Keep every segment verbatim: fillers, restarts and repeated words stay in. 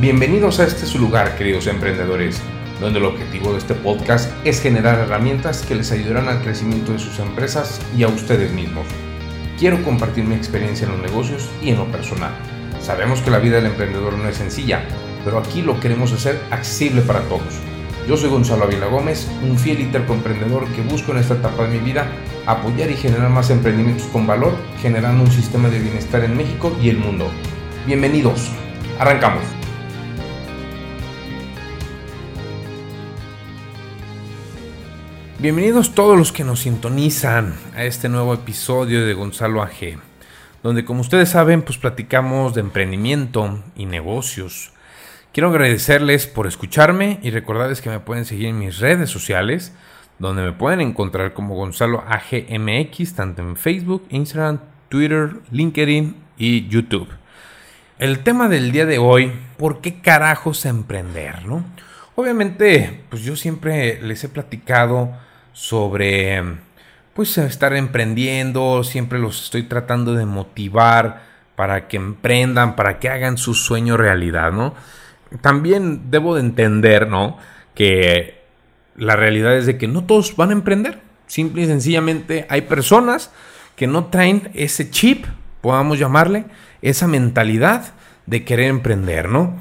Bienvenidos a este su lugar, queridos emprendedores, donde el objetivo de este podcast es generar herramientas que les ayudarán al crecimiento de sus empresas y a ustedes mismos. Quiero compartir mi experiencia en los negocios y en lo personal. Sabemos que la vida del emprendedor no es sencilla, pero aquí lo queremos hacer accesible para todos. Yo soy Gonzalo Ávila Gómez, un fiel y terco emprendedor que busco en esta etapa de mi vida apoyar y generar más emprendimientos con valor, generando un sistema de bienestar en México y el mundo. Bienvenidos, arrancamos. Bienvenidos todos los que nos sintonizan a este nuevo episodio de Gonzalo A G, donde, como ustedes saben, pues platicamos de emprendimiento y negocios. Quiero agradecerles por escucharme y recordarles que me pueden seguir en mis redes sociales, donde me pueden encontrar como Gonzalo A G M X, tanto en Facebook, Instagram, Twitter, LinkedIn y YouTube. El tema del día de hoy, ¿por qué carajos emprender, no? Obviamente, pues yo siempre les he platicado sobre pues estar emprendiendo, siempre los estoy tratando de motivar para que emprendan, para que hagan su sueño realidad, ¿no? También debo de entender, ¿no?, que la realidad es de que no todos van a emprender. Simple y sencillamente hay personas que no traen ese chip, podamos llamarle, esa mentalidad de querer emprender, ¿no?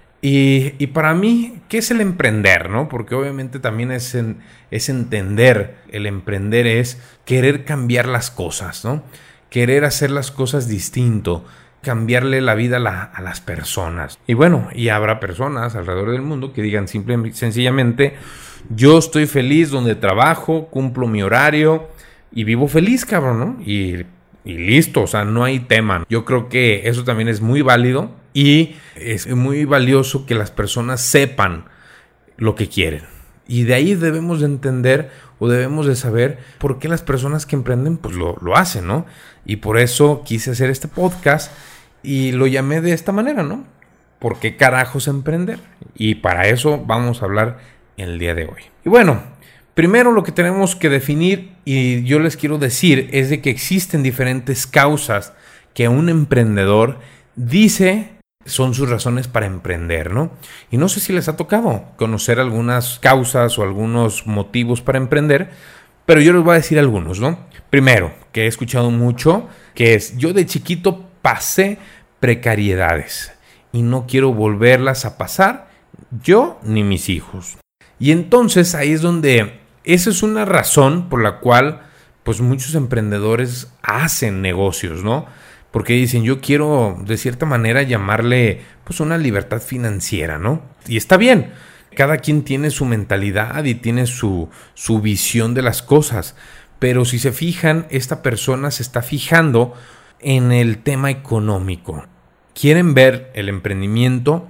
Y, y para mí, ¿qué es el emprender, no? Porque obviamente también es, en, es entender, el emprender es querer cambiar las cosas, ¿no? Querer hacer las cosas distinto, cambiarle la vida a, la, a las personas. Y bueno, y habrá personas alrededor del mundo que digan simple y sencillamente, yo estoy feliz donde trabajo, cumplo mi horario y vivo feliz, cabrón, ¿no? Y, y listo, o sea, no hay tema. Yo creo que eso también es muy válido. Y es muy valioso que las personas sepan lo que quieren. Y de ahí debemos de entender o debemos de saber por qué las personas que emprenden pues lo, lo hacen, ¿no? Y por eso quise hacer este podcast y lo llamé de esta manera, ¿no? ¿Por qué carajos emprender? Y para eso vamos a hablar el día de hoy. Y bueno, primero lo que tenemos que definir y yo les quiero decir es de que existen diferentes causas que un emprendedor dice son sus razones para emprender, ¿no? Y no sé si les ha tocado conocer algunas causas o algunos motivos para emprender, pero yo les voy a decir algunos, ¿no? Primero, que he escuchado mucho, que es, yo de chiquito pasé precariedades y no quiero volverlas a pasar, yo ni mis hijos. Y entonces ahí es donde, esa es una razón por la cual, pues muchos emprendedores hacen negocios, ¿no? Porque dicen, yo quiero de cierta manera llamarle pues una libertad financiera, ¿no? Y está bien, cada quien tiene su mentalidad y tiene su, su visión de las cosas. Pero si se fijan, esta persona se está fijando en el tema económico. Quieren ver el emprendimiento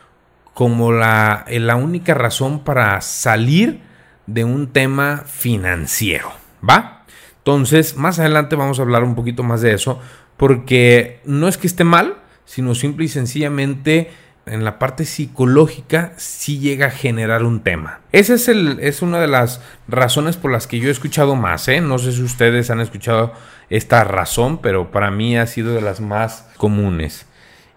como la, la única razón para salir de un tema financiero, ¿va? Entonces, más adelante vamos a hablar un poquito más de eso, porque no es que esté mal, sino simple y sencillamente en la parte psicológica sí llega a generar un tema. Esa es, el, es una de las razones por las que yo he escuchado más, ¿eh? No sé si ustedes han escuchado esta razón, pero para mí ha sido de las más comunes.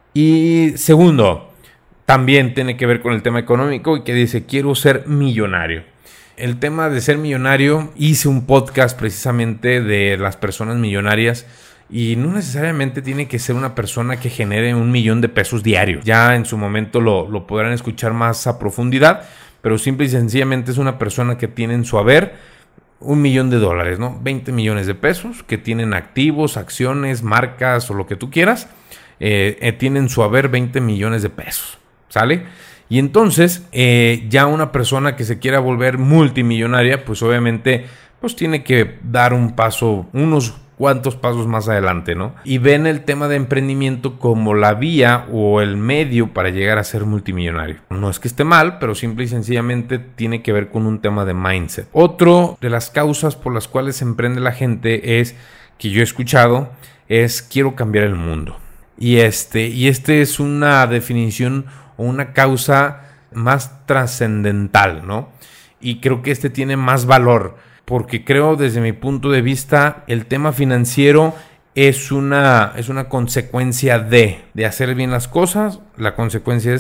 Y segundo, también tiene que ver con el tema económico y que dice, quiero ser millonario. El tema de ser millonario, hice un podcast precisamente de las personas millonarias. Y no necesariamente tiene que ser una persona que genere un millón de pesos diarios. Ya en su momento lo, lo podrán escuchar más a profundidad, pero simple y sencillamente es una persona que tiene en su haber un millón de dólares, ¿no? veinte millones de pesos, que tienen activos, acciones, marcas o lo que tú quieras. Eh, eh, tienen en su haber veinte millones de pesos, ¿sale? Y entonces eh, ya una persona que se quiera volver multimillonaria, pues obviamente pues tiene que dar un paso, unos cuantos pasos más adelante, ¿no? Y ven el tema de emprendimiento como la vía o el medio para llegar a ser multimillonario. No es que esté mal, pero simple y sencillamente tiene que ver con un tema de mindset. Otro de las causas por las cuales emprende la gente es, que yo he escuchado, es quiero cambiar el mundo. Y este, y este es una definición o una causa más trascendental, ¿no? Y creo que este tiene más valor, porque creo desde mi punto de vista el tema financiero es una, es una consecuencia de, de hacer bien las cosas. La consecuencia es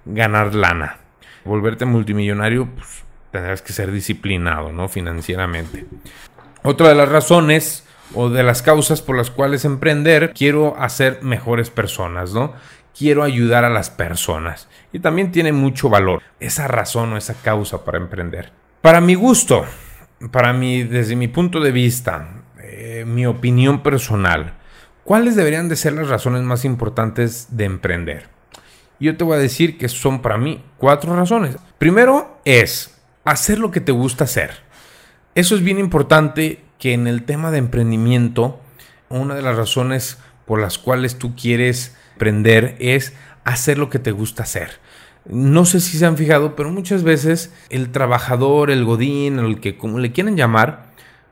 ganar lana. Volverte multimillonario, pues tendrás que ser disciplinado, ¿no? Financieramente. Otra de las razones o de las causas por las cuales emprender, quiero hacer mejores personas, ¿no? Quiero ayudar a las personas. Y también tiene mucho valor esa razón o esa causa para emprender. Para mi gusto, para mí, desde mi punto de vista, eh, mi opinión personal, ¿cuáles deberían de ser las razones más importantes de emprender? Yo te voy a decir que son para mí cuatro razones. Primero es hacer lo que te gusta hacer. Eso es bien importante, que en el tema de emprendimiento, una de las razones por las cuales tú quieres emprender es hacer lo que te gusta hacer. No sé si se han fijado, pero muchas veces el trabajador, el godín, el que como le quieran llamar,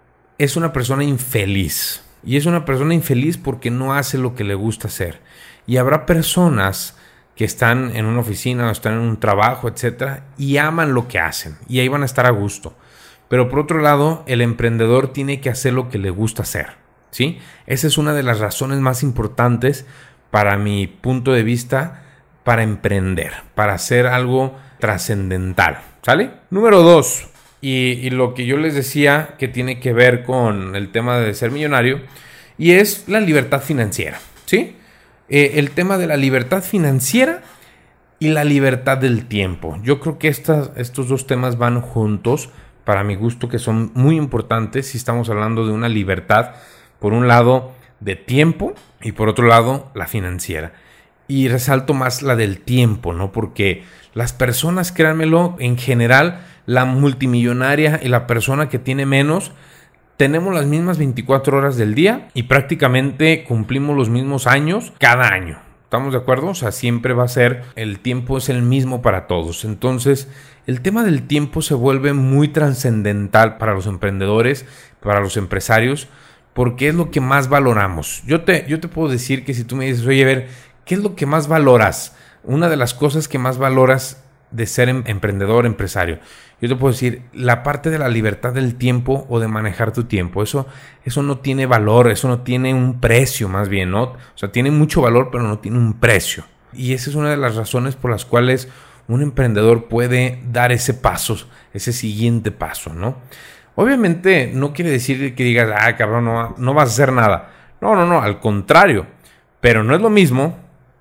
es una persona infeliz. Y es una persona infeliz porque no hace lo que le gusta hacer. Y habrá personas que están en una oficina o están en un trabajo, etcétera, y aman lo que hacen. Y ahí van a estar a gusto. Pero por otro lado, el emprendedor tiene que hacer lo que le gusta hacer, ¿sí? Esa es una de las razones más importantes para mi punto de vista para emprender, para hacer algo trascendental, ¿sale? Número dos, y, y lo que yo les decía que tiene que ver con el tema de ser millonario, y es la libertad financiera, ¿sí? Eh, el tema de la libertad financiera y la libertad del tiempo. Yo creo que estas, estos dos temas van juntos, para mi gusto, que son muy importantes si estamos hablando de una libertad, por un lado, de tiempo y por otro lado, la financiera. Y resalto más la del tiempo, ¿no? Porque las personas, créanmelo, en general, la multimillonaria y la persona que tiene menos, tenemos las mismas veinticuatro horas del día y prácticamente cumplimos los mismos años cada año. ¿Estamos de acuerdo? O sea, siempre va a ser, el tiempo es el mismo para todos. Entonces, el tema del tiempo se vuelve muy trascendental para los emprendedores, para los empresarios, porque es lo que más valoramos. Yo te, yo te puedo decir que si tú me dices, oye, a ver, ¿qué es lo que más valoras? Una de las cosas que más valoras de ser em- emprendedor, empresario. Yo te puedo decir, la parte de la libertad del tiempo o de manejar tu tiempo. Eso, eso no tiene valor, eso no tiene un precio más bien, ¿no? O sea, tiene mucho valor, pero no tiene un precio. Y esa es una de las razones por las cuales un emprendedor puede dar ese paso, ese siguiente paso, ¿no? Obviamente no quiere decir que digas, ah, cabrón, no, no vas a hacer nada. No, no, no, al contrario. Pero no es lo mismo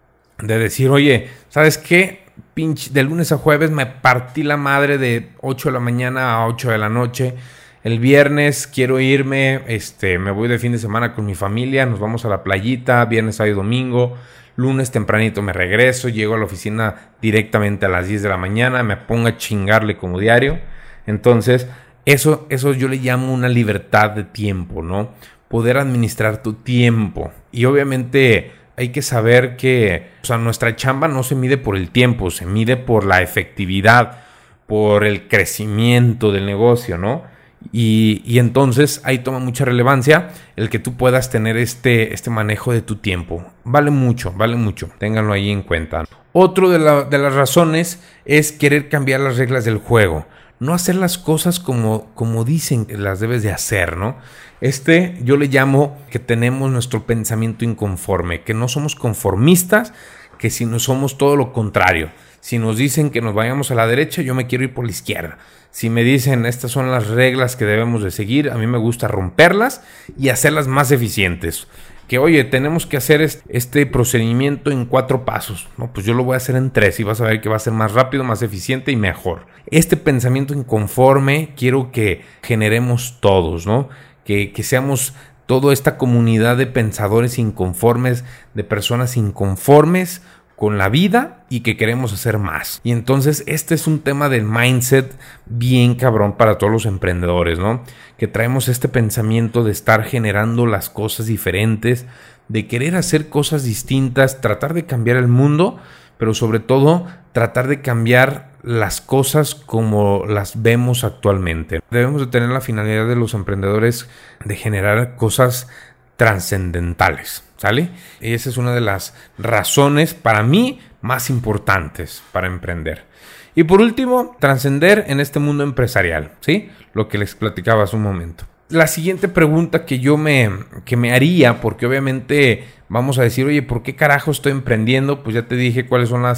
de decir, oye, ¿sabes qué? Pinche, de lunes a jueves me partí la madre de ocho de la mañana a ocho de la noche. El viernes quiero irme, este, me voy de fin de semana con mi familia, nos vamos a la playita, viernes, sábado y domingo. Lunes tempranito me regreso, llego a la oficina directamente a las diez de la mañana, me pongo a chingarle como diario. Entonces, eso, eso yo le llamo una libertad de tiempo, ¿no? Poder administrar tu tiempo. Y obviamente hay que saber que, o sea, nuestra chamba no se mide por el tiempo, se mide por la efectividad, por el crecimiento del negocio, ¿no? Y, y entonces ahí toma mucha relevancia el que tú puedas tener este, este manejo de tu tiempo. Vale mucho, vale mucho. Ténganlo ahí en cuenta. Otro de, la, de las razones es querer cambiar las reglas del juego. No hacer las cosas como, como dicen que las debes de hacer, ¿no? Este yo le llamo que tenemos nuestro pensamiento inconforme, que no somos conformistas, que si no somos todo lo contrario. Si nos dicen que nos vayamos a la derecha, yo me quiero ir por la izquierda. Si me dicen estas son las reglas que debemos de seguir, a mí me gusta romperlas y hacerlas más eficientes. Que oye, tenemos que hacer este procedimiento en cuatro pasos. No, pues yo lo voy a hacer en tres y vas a ver que va a ser más rápido, más eficiente y mejor. Este pensamiento inconforme quiero que generemos todos, ¿no? Que, que seamos toda esta comunidad de pensadores inconformes, de personas inconformes con la vida y que queremos hacer más. Y entonces este es un tema del mindset bien cabrón para todos los emprendedores, ¿no? Que traemos este pensamiento de estar generando las cosas diferentes, de querer hacer cosas distintas, tratar de cambiar el mundo, pero sobre todo tratar de cambiar las cosas como las vemos actualmente. Debemos de tener la finalidad de los emprendedores de generar cosas trascendentales, ¿sale? Y esa es una de las razones para mí más importantes para emprender. Y por último, trascender en este mundo empresarial, ¿sí? Lo que les platicaba hace un momento. La siguiente pregunta que yo me, que me haría, porque obviamente vamos a decir, oye, ¿por qué carajo estoy emprendiendo? Pues ya te dije cuáles son las,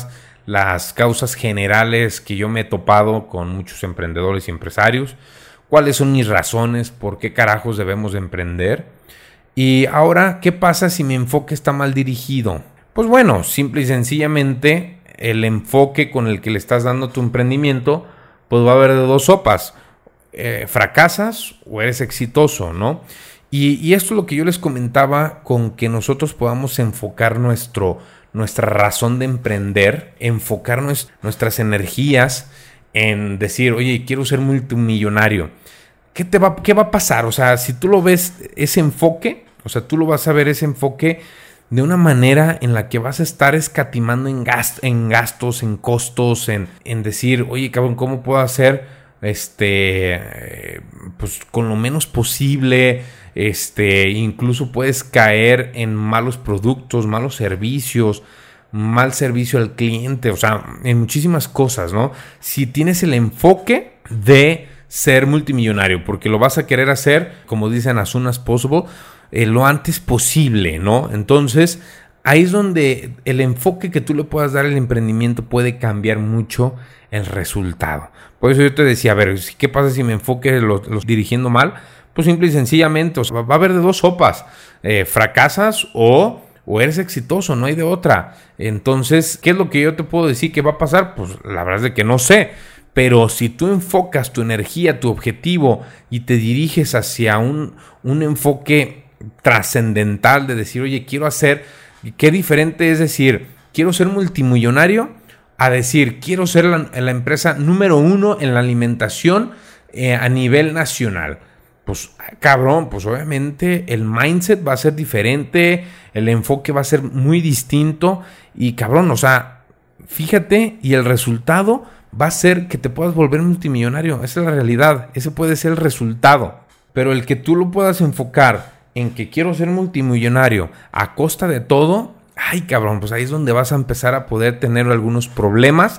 las causas generales que yo me he topado con muchos emprendedores y empresarios, cuáles son mis razones, por qué carajos debemos de emprender. Y ahora, ¿qué pasa si mi enfoque está mal dirigido? Pues bueno, simple y sencillamente el enfoque con el que le estás dando a tu emprendimiento, pues va a haber de dos sopas. Eh, fracasas o eres exitoso, ¿no? Y, y esto es lo que yo les comentaba, con que nosotros podamos enfocar nuestro, nuestra razón de emprender, enfocar nues, nuestras energías en decir, oye, quiero ser multimillonario. ¿Qué, te va, ¿Qué va a pasar? O sea, si tú lo ves ese enfoque, o sea, tú lo vas a ver ese enfoque de una manera en la que vas a estar escatimando en, gast en gastos, en costos, en, en decir, oye, cabrón, ¿cómo puedo hacer este, eh, pues con lo menos posible? Este, incluso puedes caer en malos productos, malos servicios, mal servicio al cliente, o sea, en muchísimas cosas, ¿no? Si tienes el enfoque de ser multimillonario, porque lo vas a querer hacer, como dicen, as soon as possible, eh, lo antes posible, ¿no? Entonces, ahí es donde el enfoque que tú le puedas dar al emprendimiento puede cambiar mucho el resultado. Por eso yo te decía, a ver, ¿qué pasa si me enfoque los, los dirigiendo mal? Pues simple y sencillamente, o sea, va a haber de dos sopas, eh, fracasas o, o eres exitoso, no hay de otra. Entonces, ¿qué es lo que yo te puedo decir que va a pasar? Pues la verdad es de que no sé, pero si tú enfocas tu energía, tu objetivo y te diriges hacia un, un enfoque trascendental de decir, oye, quiero hacer, qué diferente es decir, quiero ser multimillonario a decir, quiero ser la, la empresa número uno en la alimentación eh, a nivel nacional. Pues cabrón, pues obviamente el mindset va a ser diferente, el enfoque va a ser muy distinto y cabrón, o sea, fíjate, y el resultado va a ser que te puedas volver multimillonario. Esa es la realidad, ese puede ser el resultado, pero el que tú lo puedas enfocar en que quiero ser multimillonario a costa de todo, ay cabrón, pues ahí es donde vas a empezar a poder tener algunos problemas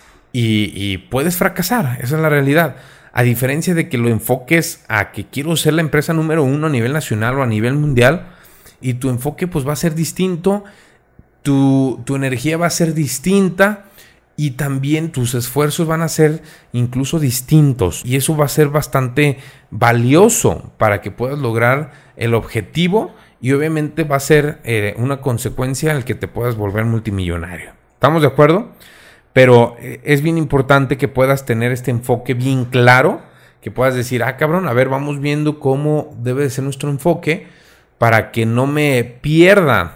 y, y puedes fracasar, esa es la realidad. A diferencia de que lo enfoques a que quiero ser la empresa número uno a nivel nacional o a nivel mundial, y tu enfoque pues va a ser distinto, tu, tu energía va a ser distinta y también tus esfuerzos van a ser incluso distintos, y eso va a ser bastante valioso para que puedas lograr el objetivo, y obviamente va a ser eh, una consecuencia en la que te puedas volver multimillonario. ¿Estamos de acuerdo? Pero es bien importante que puedas tener este enfoque bien claro, que puedas decir, ah, cabrón, a ver, vamos viendo cómo debe de ser nuestro enfoque para que no me pierda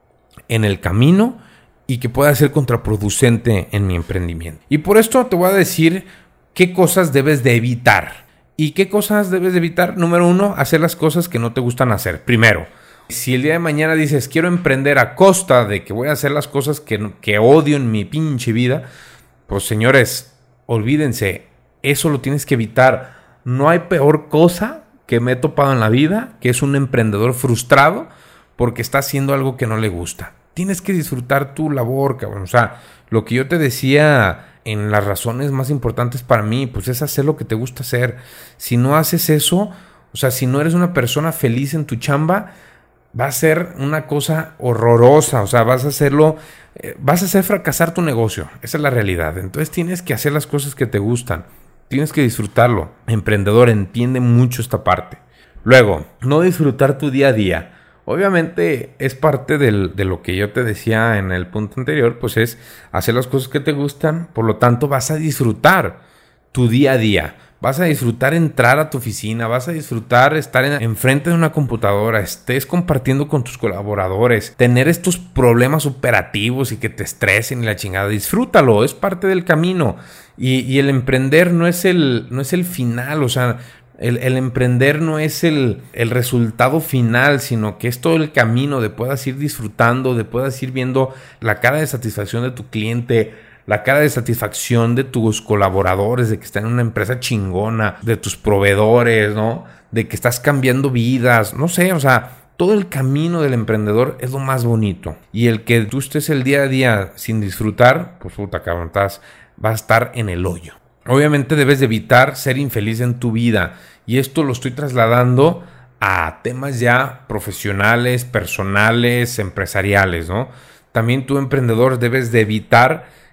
en el camino y que pueda ser contraproducente en mi emprendimiento. Y por esto te voy a decir qué cosas debes de evitar. ¿Y qué cosas debes de evitar? Número uno, hacer las cosas que no te gustan hacer. Primero, si el día de mañana dices, quiero emprender a costa de que voy a hacer las cosas que, que odio en mi pinche vida, pues señores, olvídense, eso lo tienes que evitar. No hay peor cosa que me he topado en la vida, que es un emprendedor frustrado porque está haciendo algo que no le gusta. Tienes que disfrutar tu labor, cabrón. O sea, lo que yo te decía en las razones más importantes para mí, pues es hacer lo que te gusta hacer. Si no haces eso, o sea, si no eres una persona feliz en tu chamba, va a ser una cosa horrorosa, o sea, vas a hacerlo, eh, vas a hacer fracasar tu negocio, esa es la realidad. Entonces tienes que hacer las cosas que te gustan, tienes que disfrutarlo. Emprendedor, entiende mucho esta parte. Luego, no disfrutar tu día a día. Obviamente es parte del, de lo que yo te decía en el punto anterior, pues es hacer las cosas que te gustan, por lo tanto vas a disfrutar tu día a día. Vas a disfrutar entrar a tu oficina, vas a disfrutar estar en, enfrente de una computadora, estés compartiendo con tus colaboradores, tener estos problemas operativos y que te estresen y la chingada. Disfrútalo, es parte del camino. Y, y el emprender no es el, no es el final, o sea, el, el emprender no es el, el resultado final, sino que es todo el camino de puedas ir disfrutando, de puedas ir viendo la cara de satisfacción de tu cliente, la cara de satisfacción de tus colaboradores, de que están en una empresa chingona, de tus proveedores, ¿no? De que estás cambiando vidas, no sé, o sea, todo el camino del emprendedor es lo más bonito. Y el que tú estés el día a día sin disfrutar, pues puta cabrón, estás, vas a estar en el hoyo. Obviamente debes de evitar ser infeliz en tu vida, y esto lo estoy trasladando a temas ya profesionales, personales, empresariales, ¿no? También tú, emprendedor, debes de evitar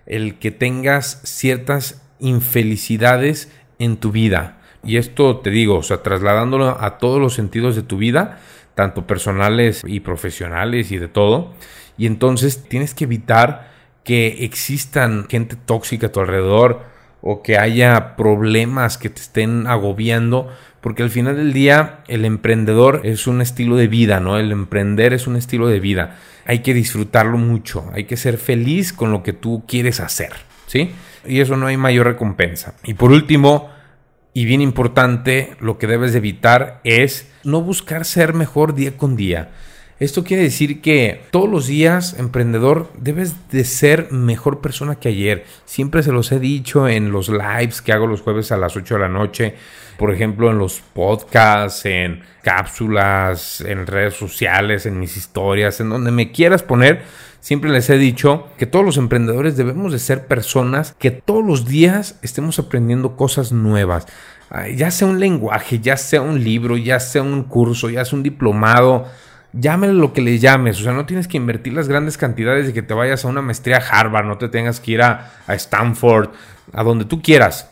el que tengas ciertas infelicidades en tu vida. Y esto te digo, o sea, trasladándolo a todos los sentidos de tu vida, tanto personales y profesionales y de todo. Y entonces tienes que evitar que existan gente tóxica a tu alrededor o que haya problemas que te estén agobiando, porque al final del día el emprendedor es un estilo de vida, ¿no? El emprender es un estilo de vida. Hay que disfrutarlo mucho, hay que ser feliz con lo que tú quieres hacer, ¿sí? Y eso no hay mayor recompensa. Y por último, y bien importante, lo que debes de evitar es no buscar ser mejor día con día. Esto quiere decir que todos los días, emprendedor, debes de ser mejor persona que ayer. Siempre se los he dicho en los lives que hago los jueves a las ocho de la noche. Por ejemplo, en los podcasts, en cápsulas, en redes sociales, en mis historias, en donde me quieras poner. Siempre les he dicho que todos los emprendedores debemos de ser personas que todos los días estemos aprendiendo cosas nuevas. Ya sea un lenguaje, ya sea un libro, ya sea un curso, ya sea un diplomado. Llámele lo que le llames, o sea, no tienes que invertir las grandes cantidades de que te vayas a una maestría a Harvard, no te tengas que ir a, a Stanford, a donde tú quieras.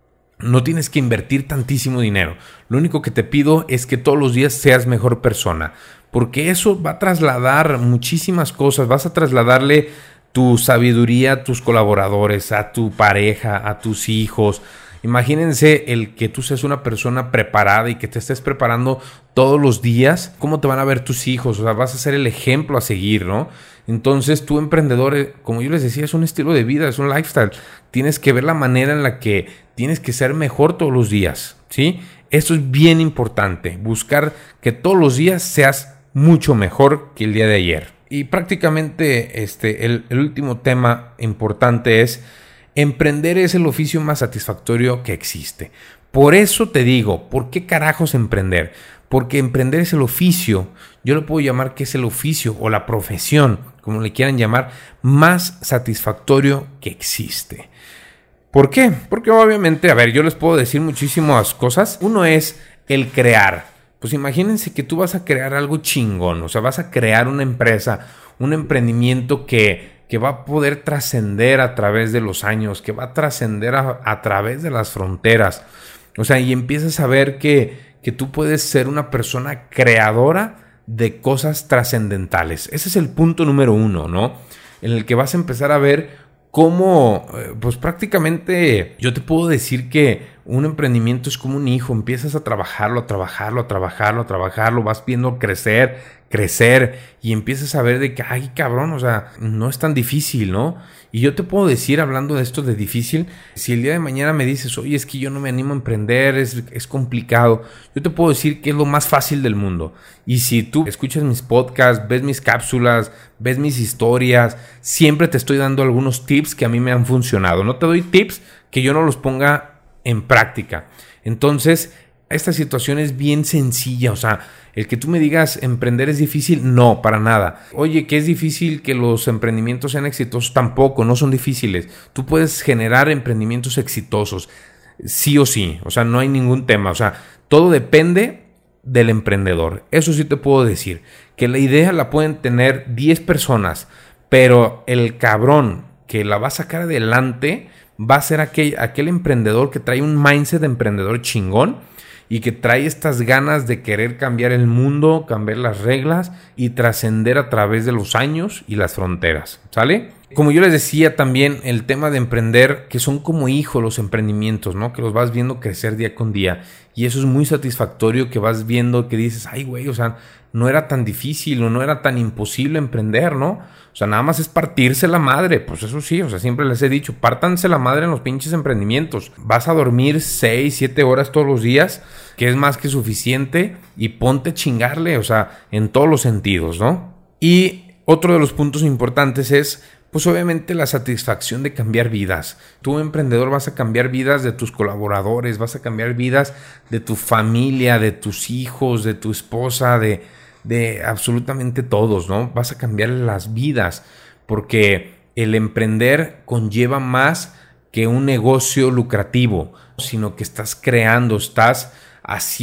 No tienes que invertir tantísimo dinero. Lo único que te pido es que todos los días seas mejor persona, porque eso va a trasladar muchísimas cosas. Vas a trasladarle tu sabiduría a tus colaboradores, a tu pareja, a tus hijos. Imagínense el que tú seas una persona preparada y que te estés preparando todos los días. ¿Cómo te van a ver tus hijos? O sea, vas a ser el ejemplo a seguir, ¿no? Entonces, tú emprendedor, como yo les decía, es un estilo de vida, es un lifestyle. Tienes que ver la manera en la que tienes que ser mejor todos los días, ¿sí? Esto es bien importante, buscar que todos los días seas mucho mejor que el día de ayer. Y prácticamente este, el, el último tema importante es: emprender es el oficio más satisfactorio que existe. Por eso te digo, ¿por qué carajos emprender? Porque emprender es el oficio, yo lo puedo llamar que es el oficio o la profesión, como le quieran llamar, más satisfactorio que existe. ¿Por qué? Porque obviamente, a ver, yo les puedo decir muchísimas cosas. Uno es el crear. Pues imagínense que tú vas a crear algo chingón, o sea, vas a crear una empresa, un emprendimiento que... que va a poder trascender a través de los años, que va a trascender a, a través de las fronteras. O sea, y empiezas a ver que, que tú puedes ser una persona creadora de cosas trascendentales. Ese es el punto número uno, ¿no? En el que vas a empezar a ver cómo, pues prácticamente yo te puedo decir que un emprendimiento es como un hijo. Empiezas a trabajarlo, a trabajarlo, a trabajarlo, a trabajarlo, vas viendo crecer, crecer y empiezas a ver de que, ay cabrón, o sea, no es tan difícil, ¿no? Y yo te puedo decir, hablando de esto de difícil, si el día de mañana me dices, oye, es que yo no me animo a emprender, es, es complicado, yo te puedo decir que es lo más fácil del mundo. Y si tú escuchas mis podcasts, ves mis cápsulas, ves mis historias, siempre te estoy dando algunos tips que a mí me han funcionado. No te doy tips que yo no los ponga en práctica. Entonces, esta situación es bien sencilla, o sea, el que tú me digas emprender es difícil, no, para nada. Oye, que es difícil que los emprendimientos sean exitosos, tampoco, no son difíciles. Tú puedes generar emprendimientos exitosos, sí o sí, o sea, no hay ningún tema, o sea, todo depende del emprendedor. Eso sí te puedo decir, que la idea la pueden tener diez personas, pero el cabrón que la va a sacar adelante va a ser aquel, aquel emprendedor que trae un mindset de emprendedor chingón y que trae estas ganas de querer cambiar el mundo, cambiar las reglas y trascender a través de los años y las fronteras, ¿sale? Como yo les decía también, el tema de emprender, que son como hijos los emprendimientos, ¿no? Que los vas viendo crecer día con día y eso es muy satisfactorio, que vas viendo, que dices, ay güey, o sea, no era tan difícil o no era tan imposible emprender, ¿no? O sea, nada más es partirse la madre. Pues eso sí, o sea, siempre les he dicho, pártanse la madre en los pinches emprendimientos. Vas a dormir seis, siete horas todos los días, que es más que suficiente, y ponte a chingarle, o sea, en todos los sentidos, ¿no? Y otro de los puntos importantes es, pues obviamente la satisfacción de cambiar vidas. Tú, emprendedor, vas a cambiar vidas de tus colaboradores, vas a cambiar vidas de tu familia, de tus hijos, de tu esposa, de... de absolutamente todos, ¿no? Vas a cambiar las vidas, porque el emprender conlleva más que un negocio lucrativo, sino que estás creando, estás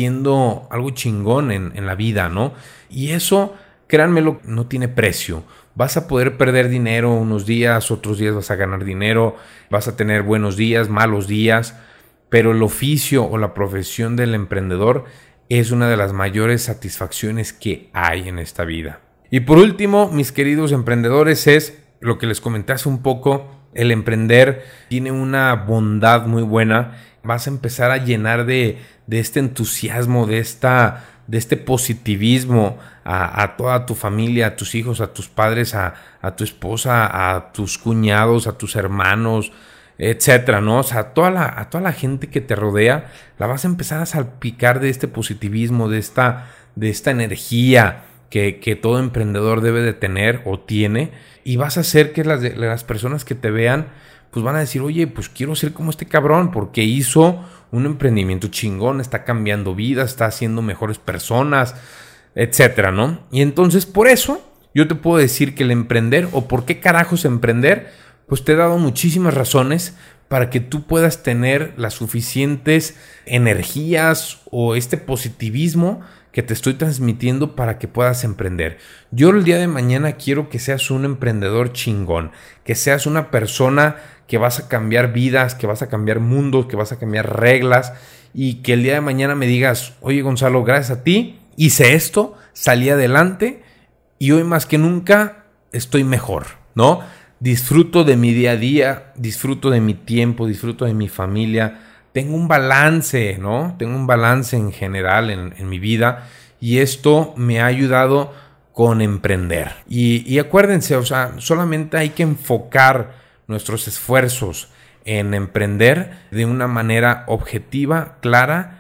haciendo algo chingón en, en la vida, ¿no? Y eso, créanmelo, no tiene precio, Vas a poder perder dinero unos días, otros días vas a ganar dinero, vas a tener buenos días, malos días, pero el oficio o la profesión del emprendedor es una de las mayores satisfacciones que hay en esta vida. Y por último, mis queridos emprendedores, es lo que les comenté hace un poco. El emprender tiene una bondad muy buena. Vas a empezar a llenar de, de este entusiasmo, de, esta, de este positivismo a, a toda tu familia, a tus hijos, a tus padres, a, a tu esposa, a tus cuñados, a tus hermanos, etcétera, ¿no? O sea, a toda la, a toda la gente que te rodea, la vas a empezar a salpicar de este positivismo, de esta, de esta energía que, que todo emprendedor debe de tener o tiene, y vas a hacer que las, las personas que te vean, pues van a decir, oye, pues quiero ser como este cabrón, porque hizo un emprendimiento chingón, está cambiando vidas, está haciendo mejores personas, etcétera, ¿no? Y entonces, por eso, yo te puedo decir que el emprender, o por qué carajos emprender, pues te he dado muchísimas razones para que tú puedas tener las suficientes energías o este positivismo que te estoy transmitiendo para que puedas emprender. Yo el día de mañana quiero que seas un emprendedor chingón, que seas una persona que vas a cambiar vidas, que vas a cambiar mundos, que vas a cambiar reglas, y que el día de mañana me digas, oye Gonzalo, gracias a ti hice esto, salí adelante y hoy más que nunca estoy mejor, ¿no? Disfruto de mi día a día, disfruto de mi tiempo, disfruto de mi familia. Tengo un balance, ¿no? Tengo un balance en general en, en mi vida, y esto me ha ayudado con emprender. Y, y acuérdense, o sea, solamente hay que enfocar nuestros esfuerzos en emprender de una manera objetiva, clara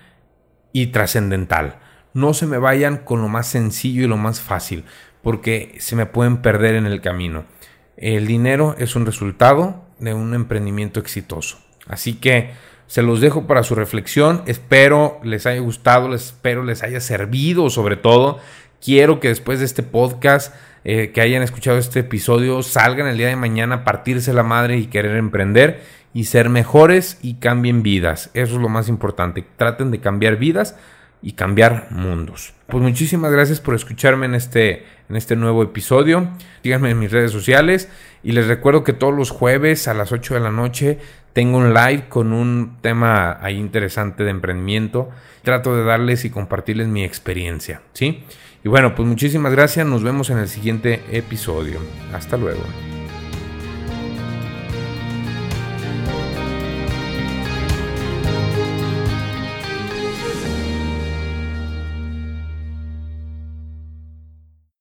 y trascendental. No se me vayan con lo más sencillo y lo más fácil, porque se me pueden perder en el camino. El dinero es un resultado de un emprendimiento exitoso. Así que se los dejo para su reflexión. Espero les haya gustado, les espero les haya servido sobre todo. Quiero que después de este podcast, eh, que hayan escuchado este episodio, salgan el día de mañana a partirse la madre y querer emprender y ser mejores y cambien vidas. Eso es lo más importante. Traten de cambiar vidas y cambiar mundos. Pues muchísimas gracias por escucharme en este, en este nuevo episodio. Síganme en mis redes sociales y les recuerdo que todos los jueves a las ocho de la noche tengo un live con un tema ahí interesante de emprendimiento. Trato de darles y compartirles mi experiencia, ¿sí? Y bueno, pues muchísimas gracias. Nos vemos en el siguiente episodio. Hasta luego.